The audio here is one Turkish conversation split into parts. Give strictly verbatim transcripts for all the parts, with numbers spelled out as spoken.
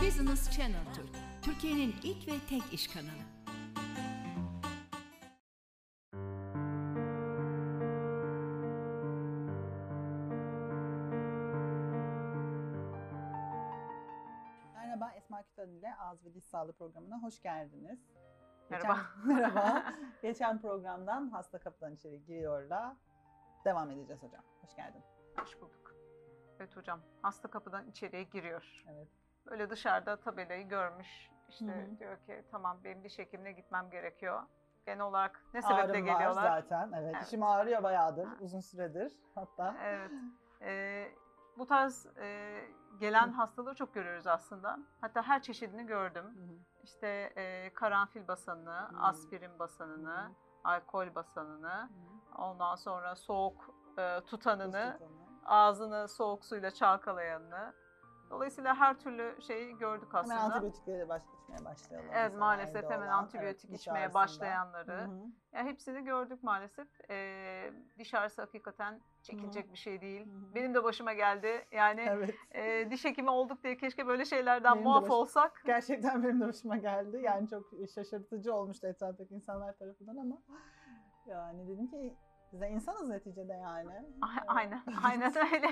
Business Channel Türk, Türkiye'nin ilk ve tek iş kanalı. Merhaba, Esma Kütan ile Ağız ve Diş Sağlığı programına hoş geldiniz. Merhaba. Geçen, merhaba. Geçen programdan hasta kapıdan içeri giriyorla devam edeceğiz hocam. Hoş geldin. Hoş bulduk. Evet hocam, hasta kapıdan içeriye giriyor. Evet. Böyle dışarıda tabelayı görmüş. İşte Hı hı. diyor ki tamam benim diş hekimine gitmem gerekiyor. Genel olarak ne sebeple Ağrım geliyorlar? var zaten. Evet. Evet. Dişim ağrıyor bayağıdır, Ha. uzun süredir hatta. Evet. Ee, bu tarz e, gelen Hı. hastalığı çok görüyoruz aslında. Hatta her çeşidini gördüm. Hı hı. İşte e, karanfil basanını, Hı. aspirin basanını, Hı. alkol basanını, Hı. ondan sonra soğuk e, tutanını, Buz tutanı. ağzını soğuk suyla çalkalayanını. Dolayısıyla her türlü şeyi gördük Hemen aslında. antibiyotikleri baş, içmeye başlayalım. Evet, mesela maalesef evde hemen olan. antibiyotik Evet, diş içmeye ağrısında. başlayanları. Hı hı. Ya hepsini gördük maalesef. Ee, diş ağrısı hakikaten çekilecek Hı hı. bir şey değil. Hı hı. Benim de başıma geldi. Yani Evet. e, diş hekimi olduk diye keşke böyle şeylerden Benim de muaf baş- olsak. Gerçekten benim de başıma geldi. Yani çok şaşırtıcı olmuştu etraftaki insanlar tarafından ama yani dedim ki biz de insanız neticede yani. A- Aynen, aynen öyle.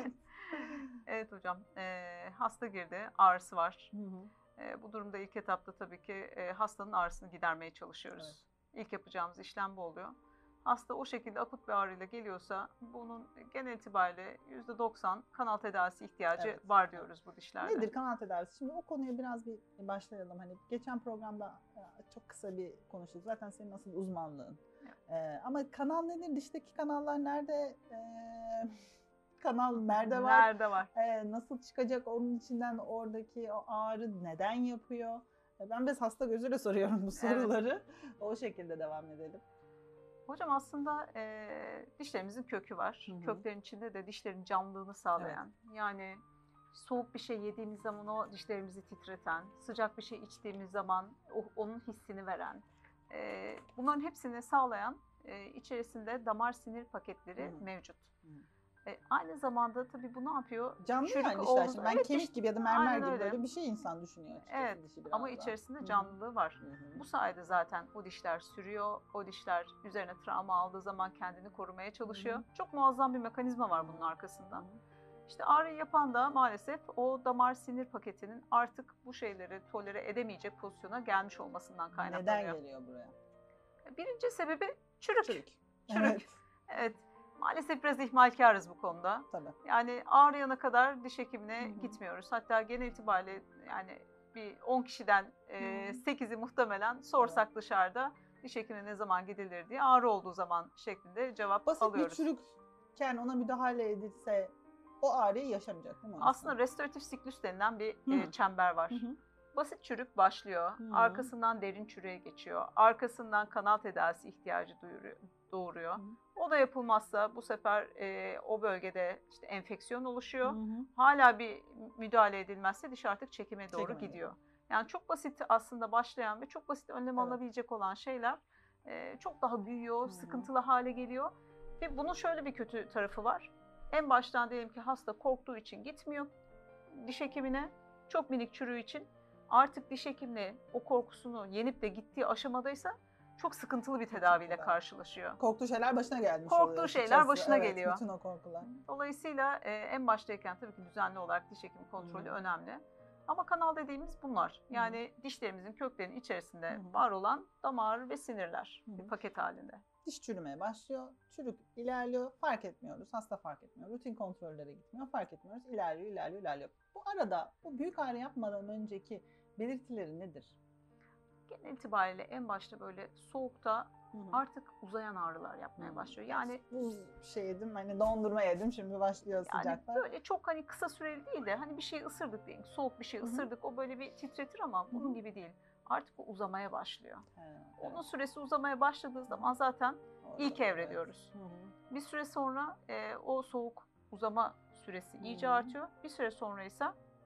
Evet hocam, e, hasta girdi, ağrısı var. Hı hı. E, bu durumda ilk etapta tabii ki e, hastanın ağrısını gidermeye çalışıyoruz. İlk yapacağımız işlem bu oluyor. Hasta o şekilde akut bir ağrıyla geliyorsa bunun genel itibariyle yüzde doksan kanal tedavisi ihtiyacı Evet, var evet. diyoruz bu dişlerde. Nedir kanal tedavisi? Şimdi o konuya biraz bir başlayalım. Hani geçen programda çok kısa bir konuştuk. Zaten senin asıl uzmanlığın. Evet. Ee, ama kanal nedir? Dişteki kanallar nerede? Ee, kanal nerede var? Nerede var? Ee, nasıl çıkacak onun içinden oradaki o ağrı neden yapıyor? Ee, Ben biraz hasta gözüyle soruyorum bu soruları. O şekilde devam edelim. Hocam aslında e, dişlerimizin kökü var. Hı hı. Köklerin içinde de dişlerin canlılığını sağlayan, yani soğuk bir şey yediğimiz zaman o dişlerimizi titreten, sıcak bir şey içtiğimiz zaman o, onun hissini veren, e, bunların hepsini sağlayan e, içerisinde damar sinir paketleri Hı hı. mevcut. Hı. E, aynı zamanda tabii bu ne yapıyor? Canlı Çürük yani dişler. olduğu- Şimdi ben Evet, kemik diş- gibi ya da mermer aynen gibi öyle. böyle bir şey insan düşünüyor açıkçası Evet, dişi biraz ama da. içerisinde Hı hı. canlılığı var. Hı hı. Bu sayede zaten o dişler sürüyor, o dişler üzerine travma aldığı zaman kendini korumaya çalışıyor. Hı hı. Çok muazzam bir mekanizma var bunun arkasında. Hı hı. İşte ağrıyı yapan da maalesef o damar sinir paketinin artık bu şeyleri tolere edemeyecek pozisyona gelmiş olmasından kaynaklanıyor. Neden geliyor buraya? Birinci sebebi çürük. Çürük. Çürük. Evet. Evet. Maalesef biraz ihmalkarız bu konuda. Tabii. Yani ağrıyana kadar diş hekimine Hı hı. gitmiyoruz. Hatta genel itibariyle yani bir on kişiden Hı. sekizi muhtemelen sorsak dışarıda diş hekimine ne zaman gidilir diye ağrı olduğu zaman şeklinde cevap Basit alıyoruz. bir çürükken ona müdahale edilse o ağrıyı yaşamayacak değil mi? Aslında restoratif siklüs denilen bir Hı. e, çember var. Hı hı. Basit çürük başlıyor, Hı. arkasından derin çürüğe geçiyor, arkasından kanal tedavisi ihtiyacı duyuruyor, doğuruyor. Hı. O da yapılmazsa bu sefer e, o bölgede işte enfeksiyon oluşuyor. Hı hı. Hala bir müdahale edilmezse diş artık çekime doğru Çekime gidiyor. Yani çok basit aslında başlayan ve çok basit önlem Evet. alınabilecek olan şeyler e, çok daha büyüyor, Hı hı. sıkıntılı hale geliyor. Ve bunun şöyle bir kötü tarafı var. En baştan diyelim ki hasta korktuğu için gitmiyor diş hekimine, çok minik çürüğü için. Artık diş hekimle o korkusunu yenip de gittiği aşamadaysa çok sıkıntılı bir tedaviyle tedavi. karşılaşıyor. Korktuğu şeyler başına gelmiş Korktuğu oluyor şeyler açıkçası. başına Evet, geliyor. bütün o korkular. Dolayısıyla e, en baştayken tabii ki düzenli olarak diş hekimi kontrolü Hı. önemli. Ama kanal dediğimiz bunlar. Hı. Yani dişlerimizin köklerinin içerisinde Hı. var olan damar ve sinirler Hı. bir paket halinde. Diş çürümeye başlıyor. Çürük ilerliyor. Fark etmiyoruz. Hasta fark etmiyor. Rutin kontrollere gitmiyor. Fark etmiyoruz. İlerliyor, ilerliyor, ilerliyor. Bu arada bu büyük ağrı yapmadan önceki belirtileri nedir? Genel itibariyle en başta böyle soğukta Hı hı. artık uzayan ağrılar yapmaya Hı. başlıyor. Yani buz şey yedim, hani dondurma yedim, şimdi başlıyor Yani sıcaklar. böyle çok hani kısa süreli değil de hani bir şey ısırdık diyelim, soğuk bir şey Hı hı. ısırdık, o böyle bir titretir ama Hı bunun hı. gibi değil. Artık o uzamaya başlıyor. He, Onun evet. süresi uzamaya başladığı zaman zaten Orada, ilk evre evet. diyoruz. Hı hı. Bir süre sonra e, o soğuk uzama süresi iyice Hı. artıyor. Bir süre sonra ise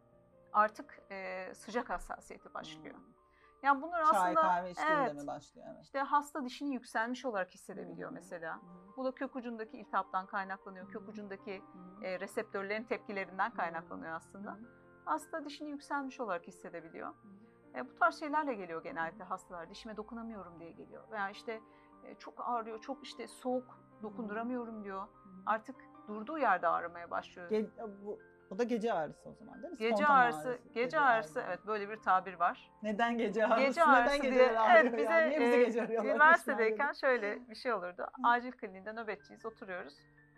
artık e, sıcak hassasiyeti başlıyor. Hı. Yani bunlar Çay, aslında kahve içtiğinde evet, mi başlıyor? Evet. işte hasta dişini yükselmiş olarak hissedebiliyor Hı hı. mesela. Hı hı. Bu da kök ucundaki iltihaptan kaynaklanıyor. Hı hı. Kök ucundaki Hı hı. e, reseptörlerin tepkilerinden kaynaklanıyor aslında. Hı hı. hasta dişini yükselmiş olarak hissedebiliyor. E, bu tarz şeylerle geliyor genellikle hastalar. Dişime dokunamıyorum diye geliyor. Veya işte e, çok ağrıyor, çok işte soğuk dokunduramıyorum diyor. Artık durduğu yerde ağrımaya başlıyor. Ge bu, bu da gece ağrısı o zaman değil mi? Gece Spontan ağrısı, ağrısı. gece ağrısı, evet, böyle bir tabir var. Neden gece ağrısı? Gece ağrısı Neden diye, geceleri ağrıyor evet, bize yani? Niye bizi e, gece arıyorlar? üniversitedeyken şöyle bir şey olurdu. Acil kliniğinde nöbetçiyiz, oturuyoruz.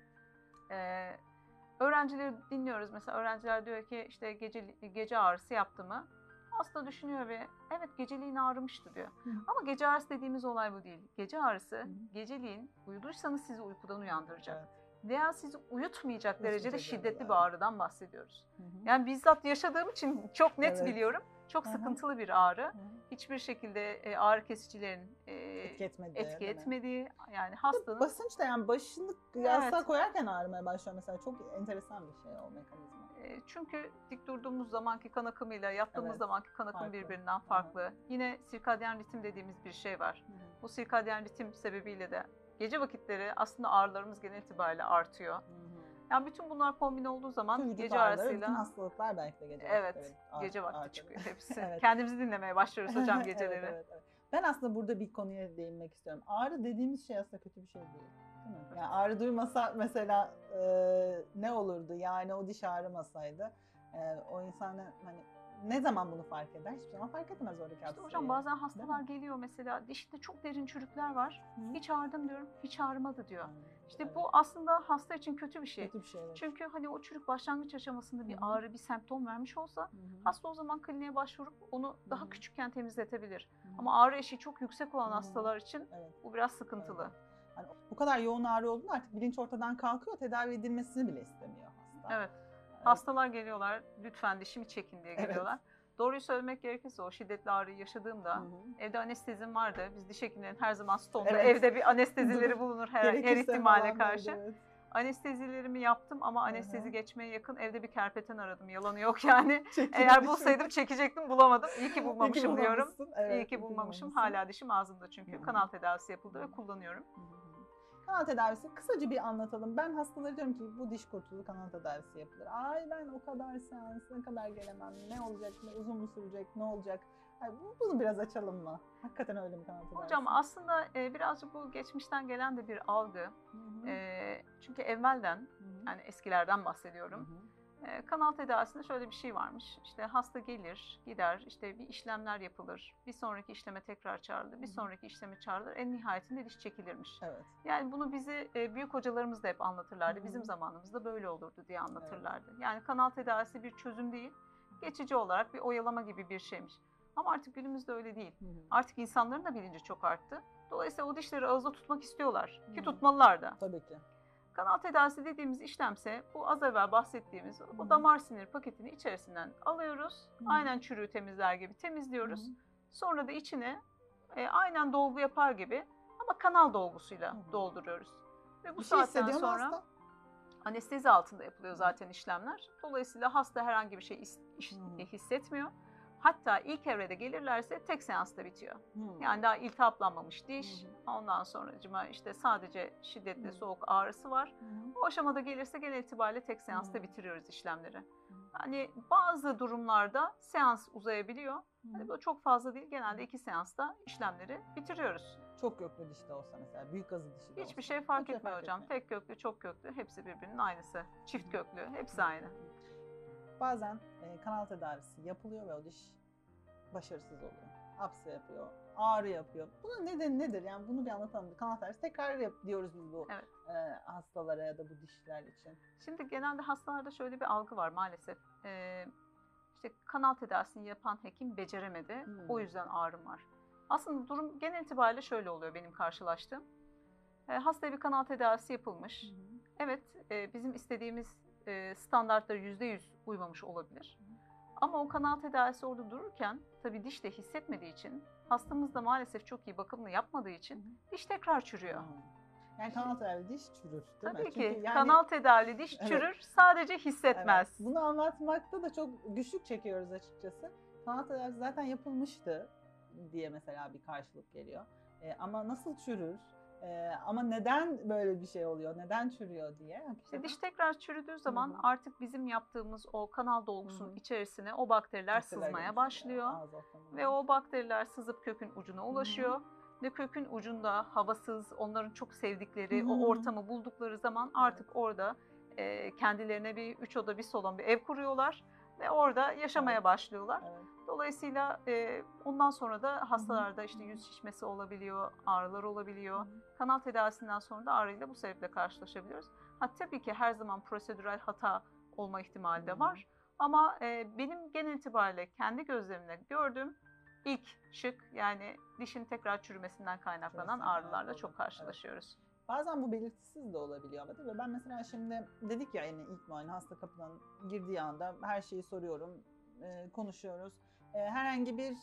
Ee, öğrencileri dinliyoruz. Mesela öğrenciler diyor ki işte gece gece ağrısı yaptı mı? Hasta düşünüyor ve evet geceliğin ağrımıştı diyor. Hı. Ama gece ağrısı dediğimiz olay bu değil. Gece ağrısı Hı. geceliğin uyuduysanız sizi uykudan uyandıracak. Evet. Veya sizi uyutmayacak derecede Uyutmayacak şiddetli derecede. bir ağrıdan bahsediyoruz. Hı hı. Yani bizzat yaşadığım için çok net Evet. biliyorum. Çok Hı hı. sıkıntılı bir ağrı. Hı hı. Hiçbir şekilde e, ağrı kesicilerin e, Etki etmedi. etki değil mi? etmediği, yani hastanın Basınç da yani başını Evet. yastığa koyarken ağrımaya başlıyor mesela. Çok enteresan bir şey o mekanizma. E, çünkü dik durduğumuz zamanki kan akımıyla yattığımız Evet, zamanki kan akımı farklı. birbirinden Hı hı. farklı. Yine sirkadyen ritim dediğimiz bir şey var. Hı hı. Bu sirkadyen ritim sebebiyle de gece vakitleri aslında ağrılarımız genel itibariyle artıyor. Hı hı. Yani bütün bunlar kombine olduğu zaman Bütün vücut gece ağrıları, bütün arasıyla hastalıklar belki de gece evet, vakitleri art- gece vakti artıyor. çıkıyor hepsi. Evet. Kendimizi dinlemeye başlıyoruz hocam geceleri. evet, evet, evet. Ben aslında burada bir konuya değinmek istiyorum. Ağrı dediğimiz şey aslında kötü bir şey değil. Değil mi? Yani ağrı duymasa mesela e, ne olurdu? Yani o diş ağrımasaydı e, o insanın hani ne zaman bunu fark eder? Hiçbir zaman fark etmez oradaki İşte hastayı. hocam bazen Değil hastalar mi? geliyor mesela dişinde çok derin çürükler var. Hı. Hiç ağrıdım diyorum, hiç ağrımadı diyor. Hı, İşte evet. bu aslında hasta için kötü bir şey. Kötü bir şey. Evet. Çünkü hani o çürük başlangıç aşamasında bir Hı hı. ağrı, bir semptom vermiş olsa Hı hı. hasta o zaman kliniğe başvurup onu daha Hı hı. küçükken temizletebilir. Hı hı. Ama ağrı eşiği çok yüksek olan Hı hı. hastalar için Evet. bu biraz sıkıntılı. Evet. Yani bu kadar yoğun ağrı olduğunda artık bilinç ortadan kalkıyor, tedavi edilmesini bile istemiyor hasta. Evet. Evet. Hastalar geliyorlar, lütfen dişimi çekin diye Evet. geliyorlar. Doğruyu söylemek gerekirse o şiddetli ağrıyı yaşadığımda Hı hı. evde anestezim vardı. Biz diş hekimlerin her zaman stonda Evet. evde bir anestezileri bulunur her, her Gerekirse ihtimale falan karşı. böyle, evet. Anestezilerimi yaptım ama Hı anestezi hı. geçmeye yakın evde bir kerpeten aradım. Yalanı yok yani. Çekilmiş. Eğer bulsaydım çekecektim, bulamadım. İyi ki bulmamışım diyorum. bulmamışsın, evet, İyi ki bulmamışım. bulmamışsın. Hala dişim ağzımda çünkü. Hı hı. Kanal tedavisi yapıldı ve Hı hı. kullanıyorum. Hı hı. Kanal tedavisi kısaca bir anlatalım. Ben hastalara diyorum ki bu diş kurtulur, kanal tedavisi yapılır. Ay ben o kadar seans, ne kadar gelemem, ne olacak, ne uzun mu sürecek, ne olacak? Ay, bunu biraz açalım mı? Hakikaten öyle mi kanal tedavisi? Hocam aslında e, birazcık bu geçmişten gelen de bir algı. Hı hı. E, çünkü evvelden, Hı hı. yani eskilerden Hı bahsediyorum. hı. E, kanal tedavisinde şöyle bir şey varmış. İşte hasta gelir, gider, işte bir işlemler yapılır. Bir sonraki işleme tekrar çağrılır, bir Hı hı. sonraki işleme çağrılır. En nihayetinde diş çekilirmiş. Evet. Yani bunu bize e, büyük hocalarımız da hep anlatırlardı. Hı hı. Bizim zamanımızda böyle olurdu diye anlatırlardı. Yani kanal tedavisi bir çözüm değil, geçici olarak bir oyalama gibi bir şeymiş. Ama artık günümüzde öyle değil. Hı hı. Artık insanların da bilinci çok arttı. Dolayısıyla o dişleri ağızda tutmak istiyorlar. Ki Hı. tutmalılar da. Tabii ki. Kanal tedavisi dediğimiz işlemse bu az evvel bahsettiğimiz Hı. o damar sinir paketini içerisinden alıyoruz. Hı. Aynen çürüğü temizler gibi temizliyoruz. Hı hı. Sonra da içine e, aynen dolgu yapar gibi ama kanal dolgusuyla Hı hı. dolduruyoruz. Ve bu Bir şey saatten hissediyor mu sonra hasta? anestezi altında yapılıyor zaten işlemler. Dolayısıyla hasta herhangi bir şey is- iş- Hı. hissetmiyor. Hatta ilk evrede gelirlerse tek seansta bitiyor. Hı. Yani daha iltihaplanmamış diş. Hı Ondan sonracıma işte sadece şiddetli Hı. soğuk ağrısı var. Hı hı. O aşamada gelirse genel itibariyle tek seansta Hı. bitiriyoruz işlemleri. Hani bazı durumlarda seans uzayabiliyor. Hani böyle çok fazla değil, genelde iki seansta işlemleri bitiriyoruz. Çok köklü diş de olsa mesela, büyük gazı dişi de olsa. Hiçbir şey fark Hiçbir şey etmiyor fark hocam. etmiyor. Tek köklü, çok köklü, hepsi birbirinin aynısı. Çift köklü, hepsi Hı. aynı. Bazen e, kanal tedavisi yapılıyor ve o diş başarısız oluyor. Apse yapıyor, ağrı yapıyor. Bunun nedeni nedir? Yani bunu bir anlatalım. Kanal tedavisi tekrar yap diyoruz biz bu Evet. e, hastalara ya da bu dişler için. Şimdi genelde hastalarda şöyle bir algı var maalesef. Ee, işte kanal tedavisini yapan hekim beceremedi, Hmm. o yüzden ağrım var. Aslında durum genel itibariyle şöyle oluyor benim karşılaştığım. Ee, hastaya bir kanal tedavisi yapılmış. Hı hı. Evet, e, bizim istediğimiz e, standartlara yüzde yüz uymamış olabilir. Ama o kanal tedavisi orada dururken tabii diş de hissetmediği için, hastamız da maalesef çok iyi bakımını yapmadığı için diş tekrar çürüyor. Hmm. Yani kanal tedavi diş çürür değil Tabii mi? ki Çünkü yani, kanal tedavili diş Evet. çürür, sadece hissetmez. Evet, bunu anlatmakta da çok güçlük çekiyoruz açıkçası. Kanal tedavisi zaten yapılmıştı diye mesela bir karşılık geliyor. E, ama nasıl çürür? Ee, ama neden böyle bir şey oluyor? Neden çürüyor diye. İşte Hakikaten. diş tekrar çürüdüğü zaman Hı hı. artık bizim yaptığımız o kanal dolgusunun Hı hı. içerisine o bakteriler Bakteriler sızmaya girmiş başlıyor. oluyor, ağız ortamına. Ve o bakteriler sızıp kökün ucuna hı. ulaşıyor. Ve kökün ucunda havasız, onların çok sevdikleri Hı hı. o ortamı buldukları zaman artık orada e, kendilerine bir üç oda bir salon bir ev kuruyorlar. Ve orada yaşamaya Evet. başlıyorlar. Evet. Dolayısıyla e, ondan sonra da hastalarda işte yüz şişmesi olabiliyor, ağrılar olabiliyor. Hı hı. Kanal tedavisinden sonra da ağrıyla bu sebeple karşılaşabiliyoruz. Ha tabii ki her zaman prosedürel hata olma ihtimali Hı de hı. var. Ama e, benim genel itibariyle kendi gözlerimle gördüğüm ilk şık yani dişin tekrar çürümesinden kaynaklanan Çürümesinden ağrılarla kaynaklı çok olan, karşılaşıyoruz. Bazen bu belirtisiz de olabiliyor ama değil mi? Ben mesela şimdi dedik ya yine ilk muayene hasta kapıdan girdiği anda her şeyi soruyorum, e, konuşuyoruz. E, herhangi bir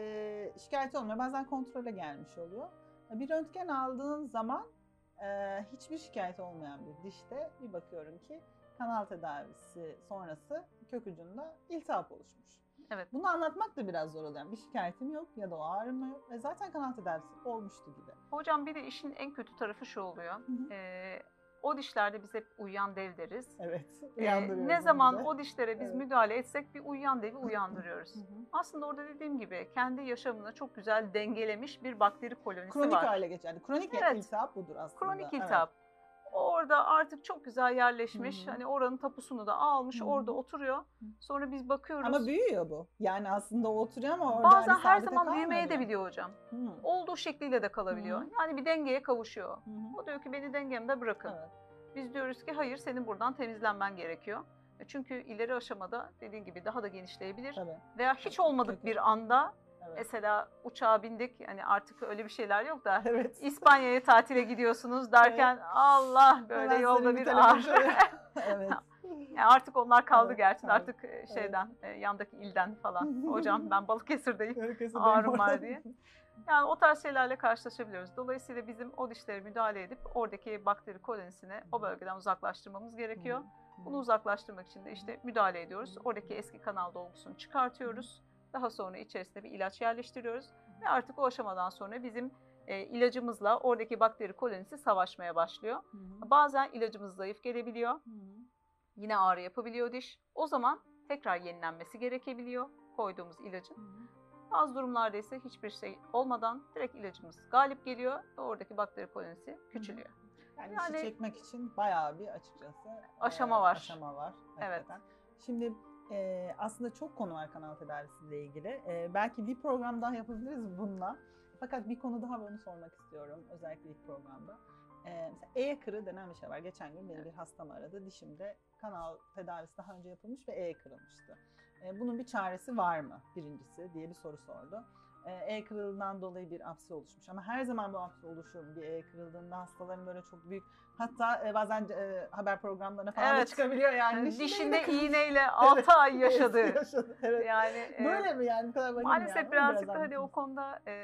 e, şikayet olmuyor. Bazen kontrole gelmiş oluyor. Bir röntgen aldığın zaman e, hiçbir şikayet olmayan bir dişte bir bakıyorum ki kanal tedavisi sonrası kök ucunda iltihap oluşmuş. Evet. Bunu anlatmak da biraz zor oluyor. Bir şikayetim yok ya da o ağrım yok ve zaten kanal tedavisi olmuştu gibi. Hocam bir de işin en kötü tarafı şu oluyor. Hı hı. Ee, o dişlerde biz hep uyuyan dev deriz. Evet. Ee, Uyandırıyoruz ne onu zaman bir de. o dişlere biz Evet. müdahale etsek bir uyuyan devi uyandırıyoruz. Hı hı. Aslında orada dediğim gibi kendi yaşamını çok güzel dengelemiş bir bakteri kolonisi Kronik var. hale geçer. Yani kronik Evet. iltihap budur aslında. Kronik Evet. iltihap. Orada artık çok güzel yerleşmiş. Hı hı. Hani oranın tapusunu da almış, Hı hı. orada oturuyor. Sonra biz bakıyoruz. Ama büyüyor bu. Yani aslında o oturuyor ama orada Bazen hani her sabite zaman büyümeye de kalmıyor. biliyor hocam. Hı. Olduğu şekliyle de kalabiliyor. Hı hı. Yani bir dengeye kavuşuyor. Hı hı. O diyor ki beni dengemde bırakın. Evet. Biz diyoruz ki hayır senin buradan temizlenmen gerekiyor. Çünkü ileri aşamada dediğin gibi daha da genişleyebilir. Tabii. Veya hiç Tabii. olmadık Kötü. bir anda Evet. mesela uçağa bindik. Yani artık öyle bir şeyler yok da Evet. İspanya'ya tatile gidiyorsunuz derken Allah böyle Hemen yolda senin bir telefon ağrı. çalıyor. Evet. Yani artık onlar kaldı Evet, gerçi kaldı. artık e, şeyden e, yandaki ilden falan. Hocam ben Balıkesir'deyim Balıkesir'deyim ağrım orada. var diye. Yani o tarz şeylerle karşılaşabiliyoruz. Dolayısıyla bizim o dişlere müdahale edip oradaki bakteri kolonisini o bölgeden uzaklaştırmamız gerekiyor. Bunu uzaklaştırmak için de işte müdahale ediyoruz. Oradaki eski kanal dolgusunu çıkartıyoruz. Daha sonra içerisine bir ilaç yerleştiriyoruz. Ve artık o aşamadan sonra bizim e, ilacımızla oradaki bakteri kolonisi savaşmaya başlıyor. Hı hı. Bazen ilacımız zayıf gelebiliyor. Hı hı. Yine ağrı yapabiliyor diş. O zaman tekrar yenilenmesi gerekebiliyor koyduğumuz ilacın. Hı hı. Bazı durumlarda ise hiçbir şey olmadan direkt ilacımız galip geliyor ve oradaki bakteri kolonisi küçülüyor. Yani, Yani- dişi çekmek için bayağı bir açıkçası Aşama e, var. Aşama var. Evet. Hakikaten. Şimdi e, aslında çok konu var kanal tedavisiyle ilgili. E, belki bir program daha yapabiliriz bununla. Fakat bir konu daha var, onu sormak istiyorum. Özellikle ilk programda. E, mesela E-kırı denen bir şey var. Geçen gün beni bir hastam aradı. Dişimde kanal tedavisi daha önce yapılmış ve E kırılmıştı. E, bunun bir çaresi var mı? Birincisi diye bir soru sordu. E kırıldığından dolayı bir apse oluşmuş. Ama her zaman bu apse oluşur. Bir E kırıldığında hastaların böyle çok büyük, hatta e, bazen e, haber programlarına falan da Evet. çıkabiliyor yani. Yani Dişinde dişinde yine kırılmış. iğneyle altı ay yaşadı. yaşadı. Evet. Yani e, Böyle mi yani? Bu kadar vahim maalesef yani. Onu birazcık biraz da hadi o anlatın. konuda e,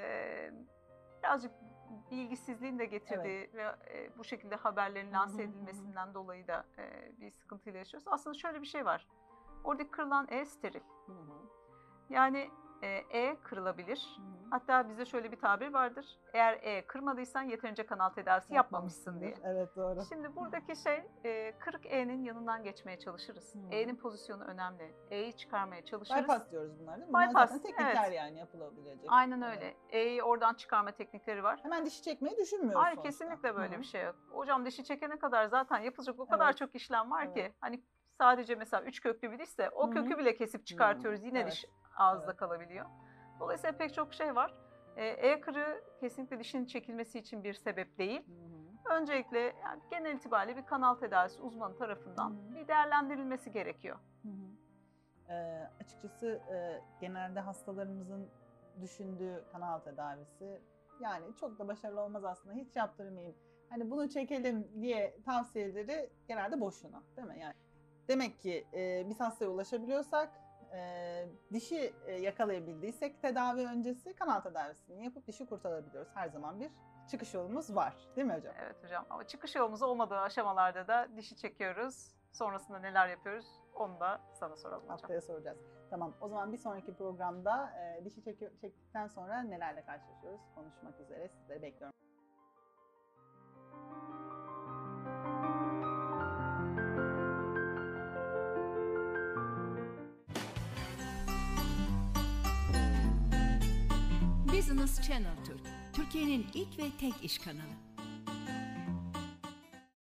birazcık bilgisizliğin de getirdiği ve e, bu şekilde haberlerin Hı lanse hı, hı hı. edilmesinden dolayı da e, bir sıkıntıyla yaşıyoruz. Aslında şöyle bir şey var. Oradaki kırılan E steril. Hı hı. Yani e, E kırılabilir. Hı hı. Hatta bizde şöyle bir tabir vardır. Eğer E kırmadıysan yeterince kanal tedavisi yapmamışsın diye. Evet, doğru. Şimdi buradaki şey e, kırık E'nin yanından geçmeye çalışırız. Hı. E'nin pozisyonu önemli. E'yi çıkarmaya çalışırız. Bypass diyoruz bunlar değil mi? Bunlar Bypass, zaten teknikler evet. yani yapılabilecek. Aynen Evet. öyle. E'yi oradan çıkarma teknikleri var. Hemen dişi çekmeyi düşünmüyoruz Hayır sonuçta. kesinlikle böyle Hı. bir şey yok. Hocam dişi çekene kadar zaten yapılacak o kadar Evet. çok işlem var Evet. ki. Hani sadece mesela üç köklü bir dişse o Hı hı. kökü bile kesip çıkartıyoruz. Yine Evet. diş ağızda Evet. kalabiliyor. Dolayısıyla pek çok şey var. Ee, E kırığı kesinlikle dişin çekilmesi için bir sebep değil. Hı hı. Öncelikle yani genel itibariyle bir kanal tedavisi uzmanı tarafından Hı hı. bir değerlendirilmesi gerekiyor. Hı hı. Ee, açıkçası e, genelde hastalarımızın düşündüğü kanal tedavisi yani çok da başarılı olmaz aslında, hiç yaptırmayayım, hani bunu çekelim diye tavsiyeleri genelde boşuna, değil mi? Yani demek ki e, biz hastaya ulaşabiliyorsak, e, dişi e, yakalayabildiysek tedavi öncesi kanal tedavisini yapıp dişi kurtarabiliyoruz. Her zaman bir çıkış yolumuz var, değil mi hocam? Evet hocam ama çıkış yolumuz olmadığı aşamalarda da dişi çekiyoruz. Sonrasında neler yapıyoruz onu da sana soralım hocam. Haftaya soracağız. Tamam. O zaman bir sonraki programda e, dişi çekiyor, çektikten sonra nelerle karşılaşıyoruz konuşmak üzere. Sizleri bekliyorum. Business Channel Türk, Türkiye'nin ilk ve tek iş kanalı.